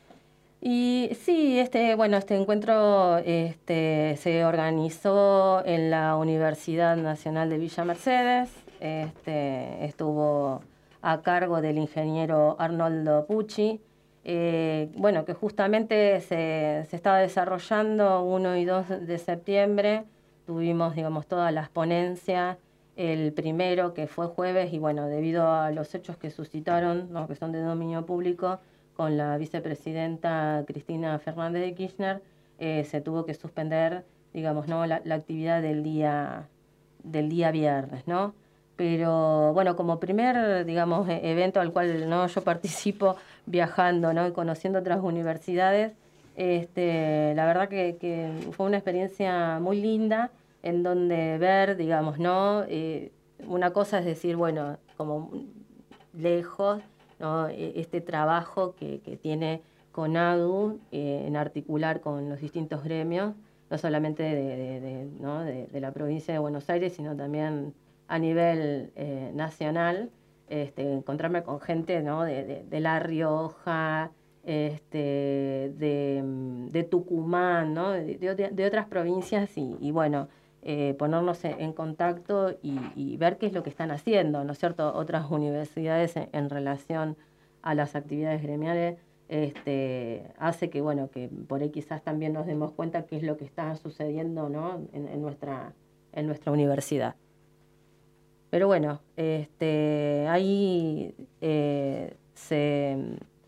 Y sí, este, bueno, este encuentro este, se organizó en la Universidad Nacional de Villa Mercedes, este, estuvo a cargo del ingeniero Arnoldo Pucci, eh, bueno, que justamente se, se estaba desarrollando uno y dos de septiembre. Tuvimos, digamos, todas las ponencias, el primero que fue jueves y bueno, debido a los hechos que suscitaron, ¿no? que son de dominio público, con la vicepresidenta Cristina Fernández de Kirchner, eh, se tuvo que suspender, digamos, ¿no? la, la actividad del día, del día viernes, ¿no? Pero bueno, como primer, digamos, evento al cual ¿no? yo participo viajando, ¿no? y conociendo otras universidades, Este, la verdad que, que fue una experiencia muy linda en donde ver, digamos, ¿no? Eh, una cosa es decir, bueno, como lejos, ¿no? este trabajo que, que tiene CONADU eh, en articular con los distintos gremios, no solamente de, de, de, ¿no? de, de la provincia de Buenos Aires, sino también a nivel eh, nacional, este, encontrarme con gente ¿no? de, de, de La Rioja, Este, de, de Tucumán, ¿no? de, de, de otras provincias y, y bueno, eh, ponernos en, en contacto y, y ver qué es lo que están haciendo, ¿no es cierto?, otras universidades en, en relación a las actividades gremiales, este, hace que, bueno, que por ahí quizás también nos demos cuenta qué es lo que está sucediendo, ¿no? en, en, nuestra, en nuestra universidad. Pero bueno, este, ahí eh, se...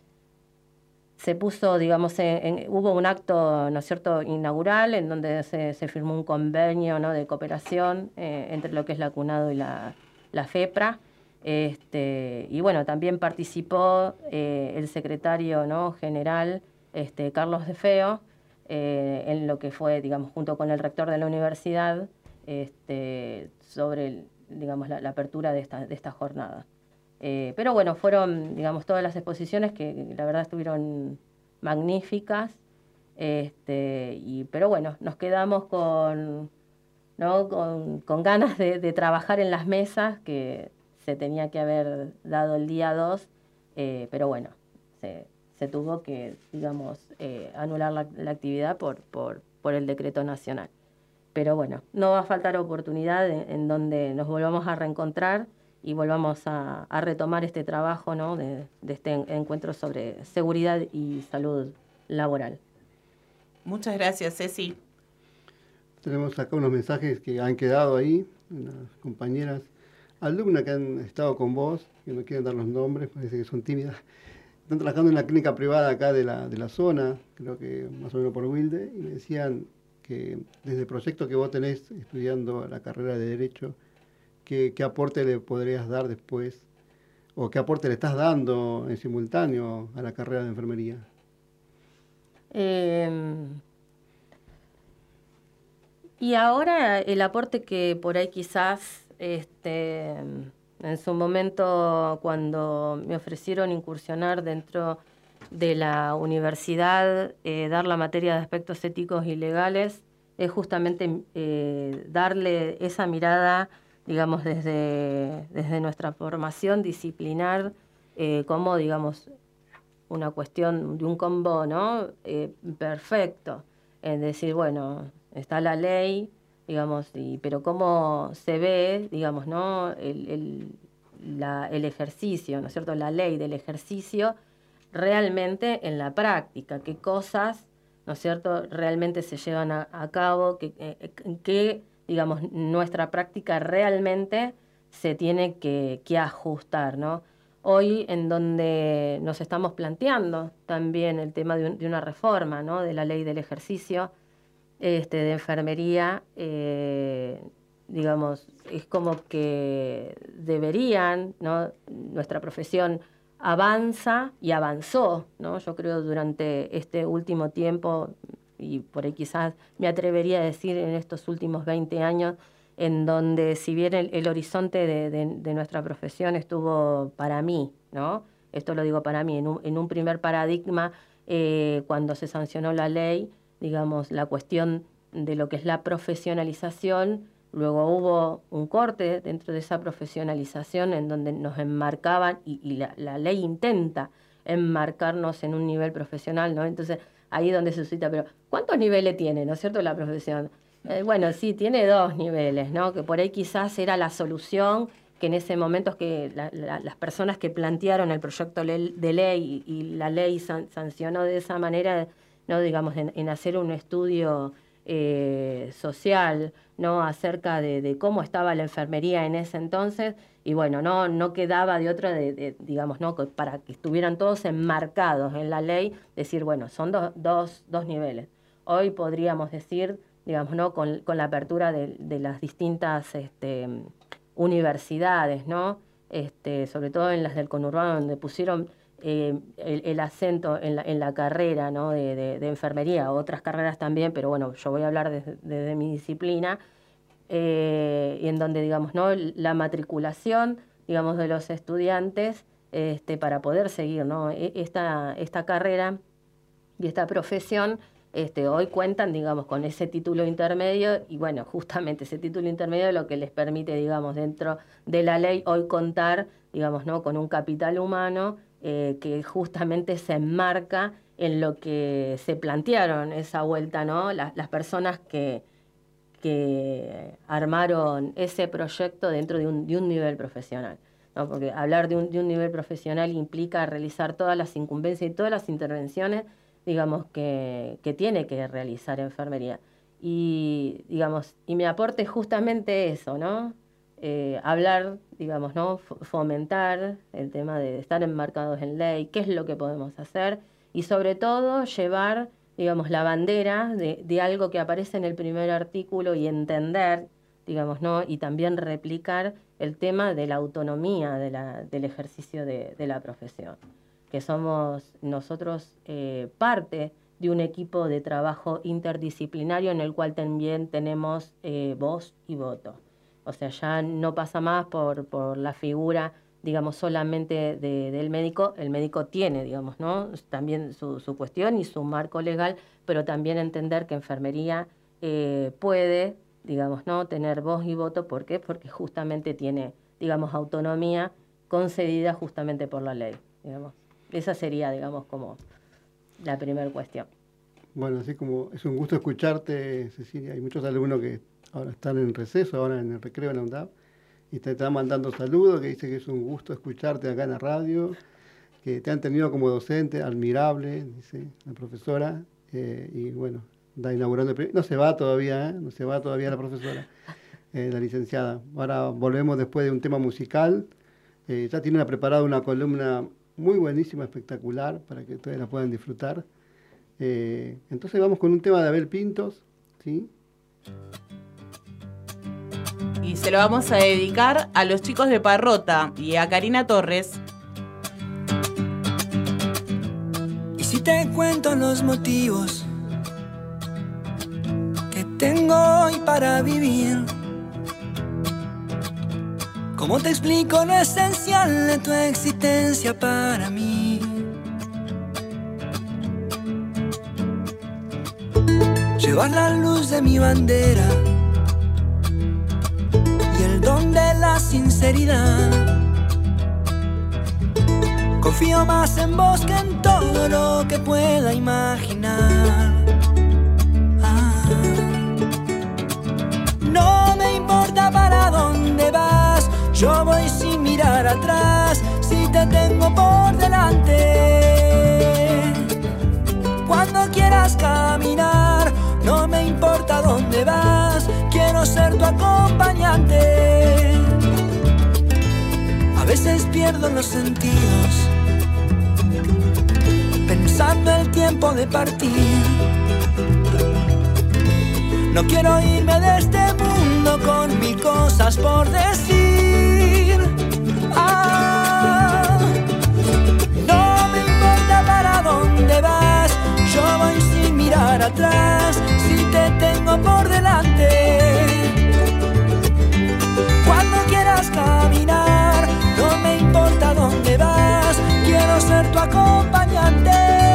Se puso, digamos, en, en, hubo un acto, ¿no es cierto?, inaugural en donde se, se firmó un convenio ¿no? de cooperación eh, entre lo que es la CUNADU y la, la FEPRA. Este, y bueno, también participó eh, el secretario ¿no? general, este, Carlos De Feo, eh, en lo que fue, digamos, junto con el rector de la universidad, este, sobre, el, digamos, la, la apertura de esta, de esta jornada. Eh, pero bueno, fueron, digamos, todas las exposiciones que la verdad estuvieron magníficas, este, y, pero bueno, nos quedamos con, ¿no? con, con ganas de, de trabajar en las mesas que se tenía que haber dado el día dos, eh, pero bueno, se, se tuvo que, digamos, eh, anular la, la actividad por, por, por el decreto nacional. Pero bueno, no va a faltar oportunidad en, en donde nos volvamos a reencontrar y volvamos a, a retomar este trabajo ¿no? de, de este encuentro sobre seguridad y salud laboral. Muchas gracias, Ceci. Tenemos acá unos mensajes que han quedado ahí, unas compañeras alumnas que han estado con vos, que no quieren dar los nombres, parece que son tímidas. Están trabajando en la clínica privada acá de la, de la zona, creo que más o menos por Wilde, y me decían que desde el proyecto que vos tenés estudiando la carrera de Derecho, ¿qué, qué aporte le podrías dar después? ¿O qué aporte le estás dando en simultáneo a la carrera de enfermería? Eh, y ahora el aporte que por ahí quizás este, en su momento cuando me ofrecieron incursionar dentro de la universidad, eh, dar la materia de aspectos éticos y legales, es justamente eh, darle esa mirada, digamos, desde, desde nuestra formación disciplinar, eh, como, digamos, una cuestión de un combo, ¿no? Eh, perfecto. Es decir, bueno, está la ley, digamos, y, pero cómo se ve, digamos, ¿no? El, el, la, el ejercicio, ¿no es cierto? La ley del ejercicio realmente en la práctica, qué cosas, ¿no es cierto?, realmente se llevan a, a cabo, que, eh, que, digamos, nuestra práctica realmente se tiene que, que ajustar, ¿no? Hoy en donde nos estamos planteando también el tema de, un, de una reforma, ¿no?, de la ley del ejercicio este, de enfermería, eh, digamos, es como que deberían, ¿no?, nuestra profesión avanza y avanzó, ¿no? Yo creo durante este último tiempo, y por ahí quizás me atrevería a decir en estos últimos veinte años, en donde si bien el, el horizonte de, de, de nuestra profesión estuvo para mí, ¿no? Esto lo digo para mí, en un, en un primer paradigma, eh, cuando se sancionó la ley, digamos, la cuestión de lo que es la profesionalización, luego hubo un corte dentro de esa profesionalización en donde nos enmarcaban, y, y la, la ley intenta enmarcarnos en un nivel profesional, ¿no? Entonces, ahí es donde se suscita, pero ¿cuántos niveles tiene, no es cierto, la profesión? Eh, bueno, sí, tiene dos niveles, ¿no? Que por ahí quizás era la solución, que en ese momento es que la, la, las personas que plantearon el proyecto de ley y, y la ley san, sancionó de esa manera, ¿no? Digamos, en, en hacer un estudio eh, social, ¿no?, acerca de, de cómo estaba la enfermería en ese entonces, y bueno, no, no quedaba de otra, de, de, digamos, ¿no?, para que estuvieran todos enmarcados en la ley, decir, bueno, son do, dos, dos niveles. Hoy podríamos decir, digamos, ¿no?, con, con la apertura de, de las distintas este, universidades, ¿no?, este, sobre todo en las del conurbano, donde pusieron eh, el, el acento en la, en la carrera, ¿no?, de, de, de enfermería, otras carreras también, pero bueno, yo voy a hablar desde de, de mi disciplina, eh, y en donde, digamos, ¿no?, la matriculación, digamos, de los estudiantes este, para poder seguir, ¿no?, esta, esta carrera y esta profesión. Este, hoy cuentan, digamos, con ese título intermedio, y bueno, justamente ese título intermedio es lo que les permite, digamos, dentro de la ley hoy contar, digamos, ¿no?, con un capital humano eh, que justamente se enmarca en lo que se plantearon esa vuelta, ¿no?, las, las personas que, que armaron ese proyecto dentro de un, de un nivel profesional, ¿no? Porque hablar de un, de un nivel profesional implica realizar todas las incumbencias y todas las intervenciones, digamos, que, que tiene que realizar enfermería. Y, digamos, y mi aporte es justamente eso, ¿no? Eh, hablar, digamos, ¿no?, fomentar el tema de estar enmarcados en ley, qué es lo que podemos hacer, y sobre todo llevar, digamos, la bandera de, de algo que aparece en el primer artículo y entender, digamos, ¿no?, y también replicar el tema de la autonomía de la, del ejercicio de, de la profesión, que somos nosotros eh, parte de un equipo de trabajo interdisciplinario en el cual también tenemos eh, voz y voto. O sea, ya no pasa más por, por la figura, digamos, solamente de, del médico. El médico tiene, digamos, ¿no?, también su, su cuestión y su marco legal, pero también entender que enfermería eh, puede, digamos, ¿no?, tener voz y voto. ¿Por qué? Porque justamente tiene, digamos, autonomía concedida justamente por la ley, digamos. Esa sería, digamos, como la primera cuestión. Bueno, así como es un gusto escucharte, Cecilia. Hay muchos alumnos que ahora están en receso, ahora en el recreo en la UNDAP, y te están mandando saludos, que dice que es un gusto escucharte acá en la radio, que te han tenido como docente, admirable, dice la profesora, eh, y bueno, está inaugurando el primer- no se va todavía, ¿eh? No se va todavía la profesora, eh, la licenciada. Ahora volvemos después de un tema musical. Eh, ya tienen preparada una columna muy buenísima, espectacular, para que ustedes la puedan disfrutar. Eh, entonces vamos con un tema de Abel Pintos, ¿sí? Y se lo vamos a dedicar a los chicos de Parrota y a Karina Torres. Y si te cuento los motivos que tengo hoy para vivir, ¿cómo te explico lo esencial de tu existencia para mí? Llevar la luz de mi bandera y el don de la sinceridad. Confío más en vos que en todo lo que pueda imaginar. Ah. No me importa para dónde vas, yo voy sin mirar atrás, si te tengo por delante. Cuando quieras caminar, no me importa dónde vas, quiero ser tu acompañante. A veces pierdo los sentidos, pensando el tiempo de partir. No quiero irme de este mundo con mil cosas por decir. Ah, no me importa para dónde vas, yo voy sin mirar atrás, si te tengo por delante. Cuando quieras caminar, no me importa dónde vas, quiero ser tu acompañante.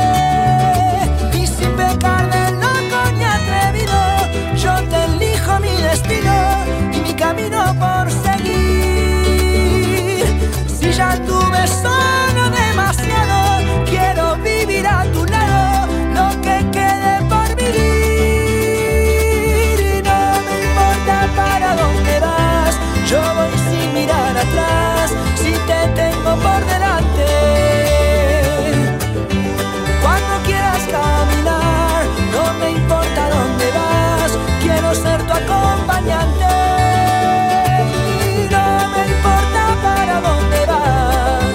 Y sin pecar de loco ni atrevido, yo te elijo mi destino y mi camino por seguir. Si ya anduve solo demasiado, quiero vivir a tu lado lo que quede por vivir. Y no me importa para dónde vas, yo voy sin mirar atrás, si te tengo por delante. Cuando quieras caminar, no me importa dónde vas, quiero ser tu acompañante. Y no me importa para dónde vas,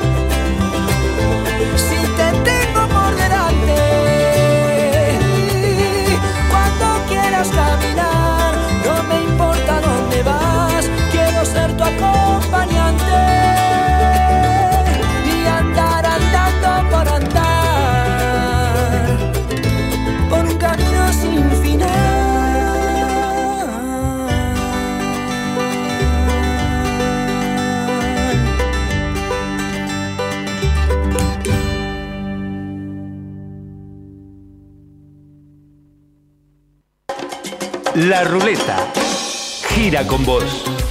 si te tengo por delante. Cuando quieras caminar, no me importa dónde vas, quiero ser tu acompañante. Y andar andando por andar, por un camino sin final. La ruleta gira con vos.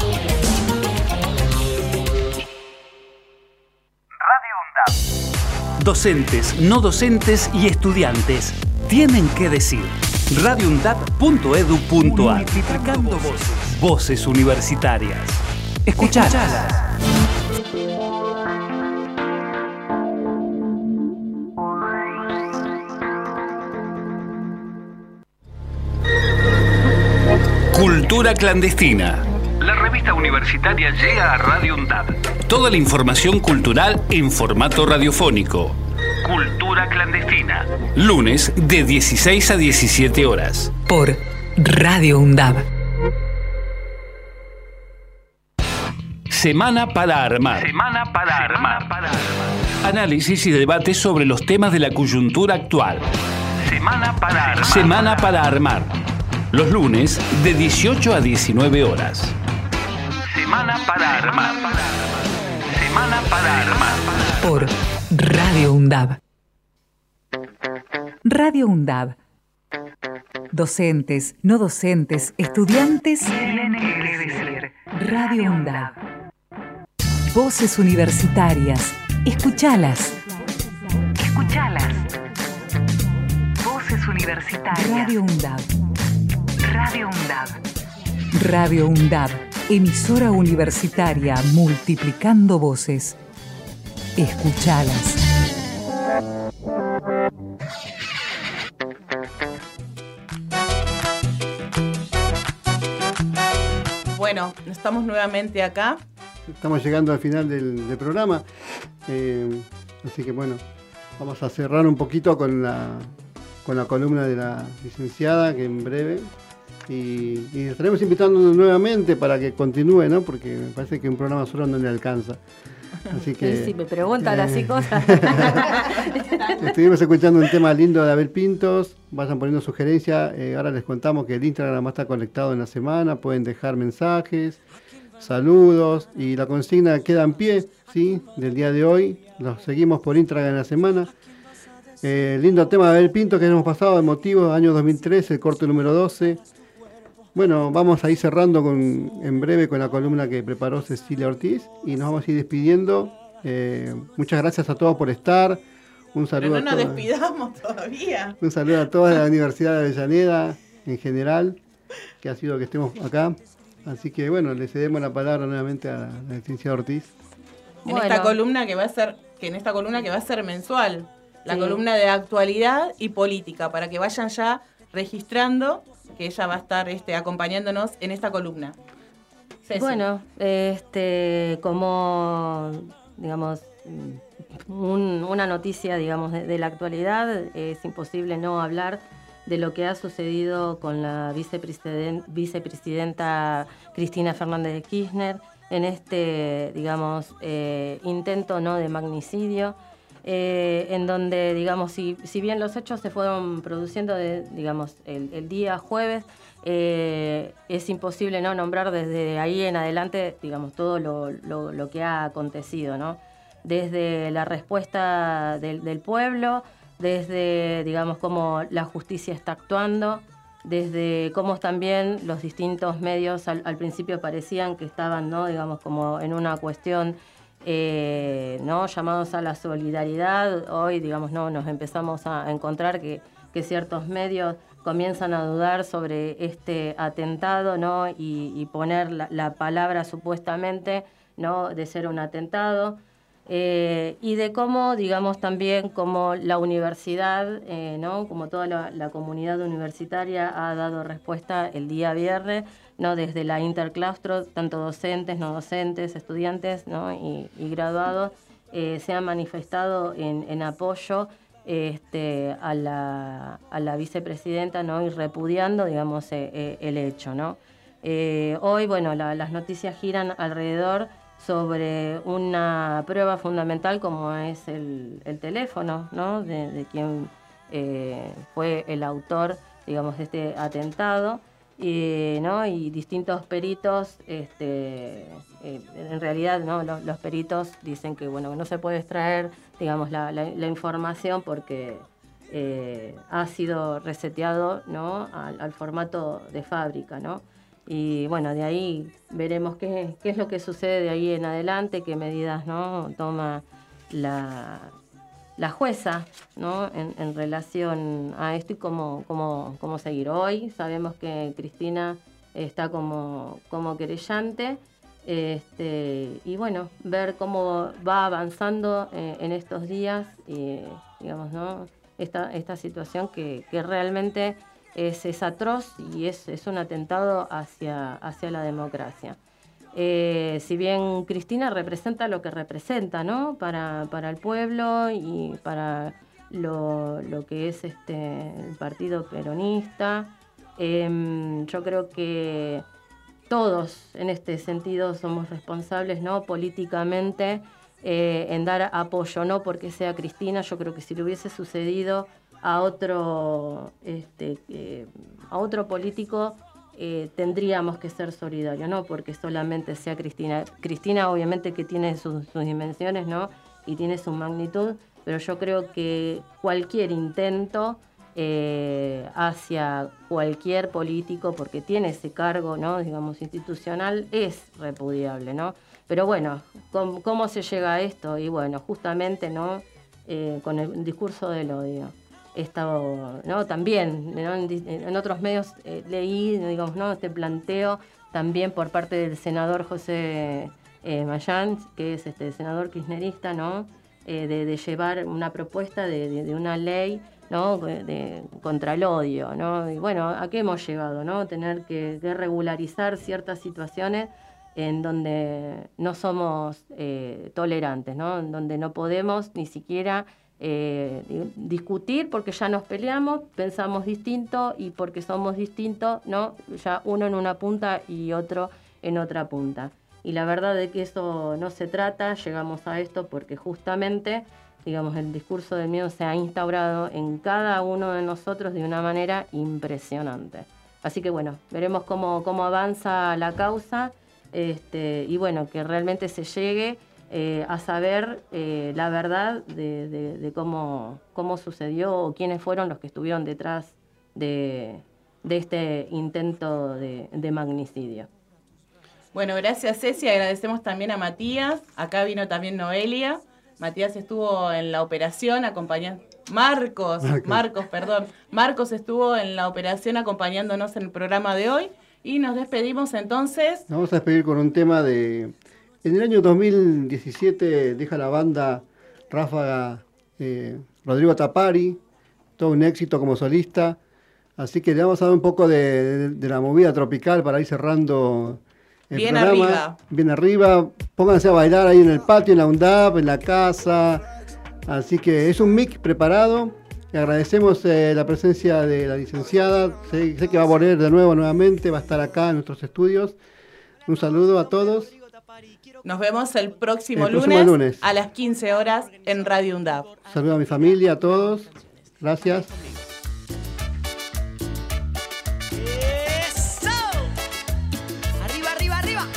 Docentes, no docentes y estudiantes tienen que decir. radio undab punto edu punto ar. Multiplicando voces. Voces universitarias. Escuchalas. Cultura clandestina. La revista universitaria llega a Radio UNDAB. Toda la información cultural en formato radiofónico. Cultura clandestina. Lunes de dieciséis a diecisiete horas. Por Radio UNDAB. Semana para armar. Semana para armar. Para armar. Análisis y debates sobre los temas de la coyuntura actual. Semana para armar. Semana para armar. Los lunes de dieciocho a diecinueve horas. Semana para armar. Semana para armar. Por Radio UNDAB. Radio UNDAB. Docentes, no docentes, estudiantes. Tienen que decir. Radio UNDAB. Voces universitarias. Escuchalas. Escuchalas. Voces universitarias. Radio UNDAB. Radio UNDAB. Radio UNDAB, emisora universitaria multiplicando voces. Escuchalas. Bueno, estamos nuevamente acá. Estamos llegando al final del, del programa. Eh, así que bueno, vamos a cerrar un poquito con la, con la columna de la licenciada, que en breve. Y, y estaremos invitándonos nuevamente para que continúe, ¿no? Porque me parece que un programa solo no le alcanza. Así que, sí, sí, me preguntan eh, así cosas. Estuvimos escuchando un tema lindo de Abel Pintos. Vayan poniendo sugerencias. Eh, ahora les contamos que el Instagram está conectado en la semana. Pueden dejar mensajes, saludos. Y la consigna queda en pie, ¿sí? Del día de hoy. Los seguimos por Instagram en la semana. Eh, lindo tema de Abel Pintos que hemos pasado, emotivo, año dos mil trece, el corte número doce. Bueno, vamos a ir cerrando con, en breve con la columna que preparó Cecilia Ortiz y nos vamos a ir despidiendo. Eh, muchas gracias a todos por estar. Un saludo Pero no a nos todos. despidamos todavía. Un saludo a toda la Universidad de Avellaneda en general, que ha sido que estemos acá. Así que bueno, le cedemos la palabra nuevamente a la licenciada Ortiz. En Bueno. esta columna que va a ser, que en esta columna que va a ser mensual, la Sí. columna columna de actualidad y política, para que vayan ya registrando que ella va a estar este, acompañándonos en esta columna. Ceci. Bueno, este, como, digamos, un- una noticia, digamos, de, de la actualidad, es imposible no hablar de lo que ha sucedido con la vicepresiden- vicepresidenta Cristina Fernández de Kirchner en este, digamos, eh, intento, ¿no?, de magnicidio. Eh, en donde, digamos, si, si bien los hechos se fueron produciendo, de, digamos, el, el día jueves, eh, es imposible no nombrar desde ahí en adelante, digamos, todo lo, lo, lo que ha acontecido, ¿no? Desde la respuesta del, del pueblo, desde, digamos, cómo la justicia está actuando, desde cómo también los distintos medios al, al principio parecían que estaban, ¿no?, digamos, como en una cuestión Eh, ¿no?, llamados a la solidaridad. Hoy, digamos, no nos empezamos a encontrar que, que ciertos medios comienzan a dudar sobre este atentado, ¿no?, y, y poner la, la palabra supuestamente, ¿no?, de ser un atentado. Eh, y de cómo, digamos, también como la universidad, eh, ¿no?, como toda la, la comunidad universitaria ha dado respuesta el día viernes, ¿no?, desde la interclaustro, tanto docentes, no docentes, estudiantes, ¿no?, y, y graduados, eh, se han manifestado en, en apoyo este, a, la, a la vicepresidenta, ¿no?, y repudiando, digamos, eh, eh, el hecho, ¿no? Eh, hoy, bueno, la, las noticias giran alrededor sobre una prueba fundamental como es el, el teléfono, ¿no?, de, de quien eh, fue el autor, digamos, de este atentado. Y, ¿no?, y distintos peritos, este, eh, en realidad, ¿no?, los, los peritos dicen que, bueno, que no se puede extraer, digamos, la, la, la información porque eh, ha sido reseteado, ¿no?, al, al formato de fábrica, ¿no? Y bueno, de ahí veremos qué, qué es lo que sucede de ahí en adelante, qué medidas, ¿no?, toma la, la jueza, ¿no?, en, en relación a esto y cómo, cómo, cómo seguir. Hoy sabemos que Cristina está como, como querellante, este, y bueno, ver cómo va avanzando eh, en estos días, y, digamos, ¿no?, esta, esta situación que, que realmente es, es atroz y es, es un atentado hacia, hacia la democracia. Eh, si bien Cristina representa lo que representa, ¿no?, para, para el pueblo y para lo, lo que es este, el partido peronista, eh, yo creo que todos en este sentido somos responsables, ¿no?, políticamente, eh, en dar apoyo, no porque sea Cristina. Yo creo que si le hubiese sucedido a otro, este, eh, a otro político, Eh, tendríamos que ser solidarios, no porque solamente sea Cristina. Cristina obviamente que tiene sus, sus dimensiones, ¿no?, y tiene su magnitud, pero yo creo que cualquier intento eh, hacia cualquier político, porque tiene ese cargo, ¿no?, digamos, institucional, es repudiable, ¿no? Pero bueno, ¿cómo, cómo se llega a esto? Y bueno, justamente, ¿no?, eh, con el discurso del odio. Estado, ¿no?, también, ¿no?, en, en otros medios eh, leí, digamos, ¿no?, este planteo también por parte del senador José eh, Mayán, que es este senador kirchnerista, ¿no?, eh, de, de llevar una propuesta de, de, de una ley ¿no? De, de, contra el odio, ¿no? Y bueno, ¿a qué hemos llegado, ¿no? Tener que, que regularizar ciertas situaciones en donde no somos eh, tolerantes, ¿no? En donde no podemos ni siquiera eh, discutir porque ya nos peleamos, pensamos distinto y porque somos distintos, ¿no? Ya uno en una punta y otro en otra punta. Y la verdad de que eso no se trata, llegamos a esto porque justamente, digamos, el discurso del miedo se ha instaurado en cada uno de nosotros de una manera impresionante. Así que bueno, veremos cómo, cómo avanza la causa este, y bueno, que realmente se llegue eh, a saber eh, la verdad de, de, de cómo, cómo sucedió o quiénes fueron los que estuvieron detrás de, de este intento de, de magnicidio. Bueno, gracias Ceci, agradecemos también a Matías, acá vino también Noelia, Matías estuvo en la operación acompañando, Marcos, Marcos, Marcos, perdón, Marcos estuvo en la operación acompañándonos en el programa de hoy y nos despedimos entonces. Nos vamos a despedir con un tema de, en el año dos mil diecisiete deja la banda Ráfaga eh, Rodrigo Tapari, todo un éxito como solista, así que le vamos a dar un poco de, de, de la movida tropical para ir cerrando el bien programa. Arriba. Bien arriba, pónganse a bailar ahí en el patio, en la UNDAP, en la casa, así que es un mix preparado. Le agradecemos eh, la presencia de la licenciada, sé, sé que va a volver de nuevo nuevamente, va a estar acá en nuestros estudios. Un saludo a todos. Nos vemos el próximo, el lunes, próximo lunes a las quince horas en Radio UNDAP. Saludo a mi familia, a todos. Gracias. Eso. Arriba, arriba, arriba.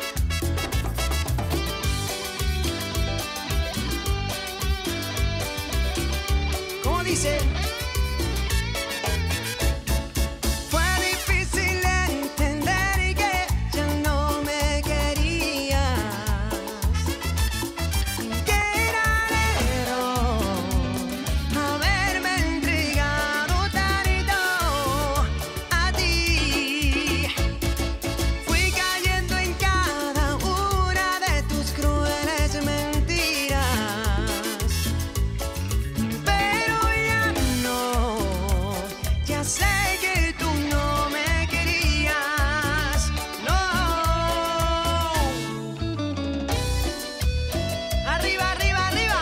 ¿Cómo dice? Fue difícil entender que ya no me querías, que era error haberme entregado tanto a ti. Fui cayendo en cada una de tus crueles mentiras, pero ya no, ya sé que tú no me querías, no. Arriba, arriba, arriba.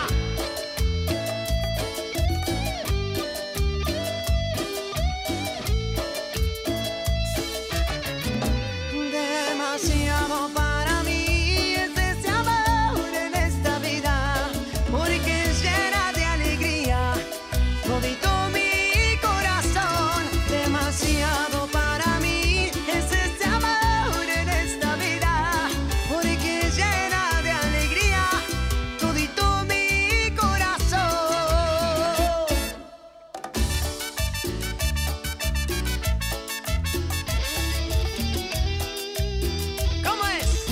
Demasiado para mí es ese amor en esta vida, porque es llena de alegría todito mi corazón. Demasiado para mí es ese amor en esta vida, porque es llena de alegría todito mi corazón. ¿Cómo es?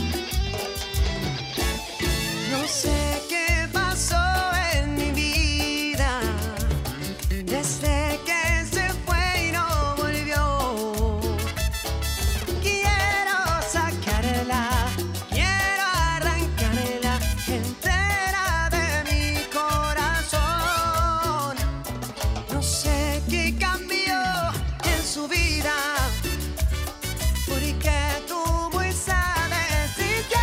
No sé qué pasó en mi vida desde que se fue y no volvió. Quiero sacarla, quiero arrancarla entera de mi corazón. No sé qué cambió en su vida, porque tuvo esa decisión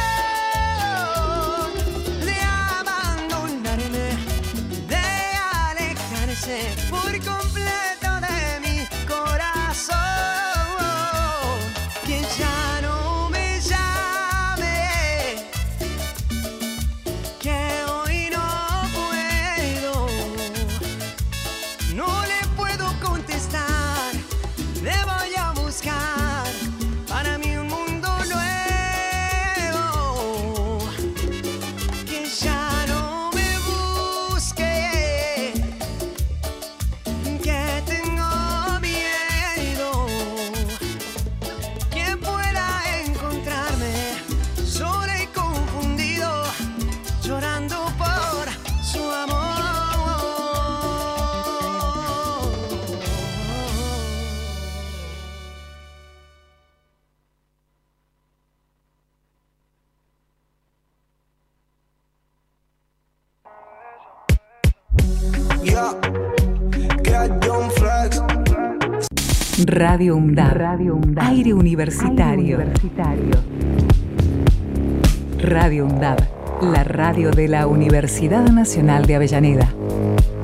de abandonarme, de alejarse por completo de mi corazón. Que ya no me llame, que hoy no puedo, no le puedo contestar, le voy a buscar para mí un mundo nuevo. Que ya no me busque, que tengo miedo, que pueda encontrarme solo y confundido, llorando por su amor. Yeah, que Radio UNDAB. Radio UNDAB. Aire universitario. Aire universitario. Radio UNDAB, la radio de la Universidad Nacional de Avellaneda.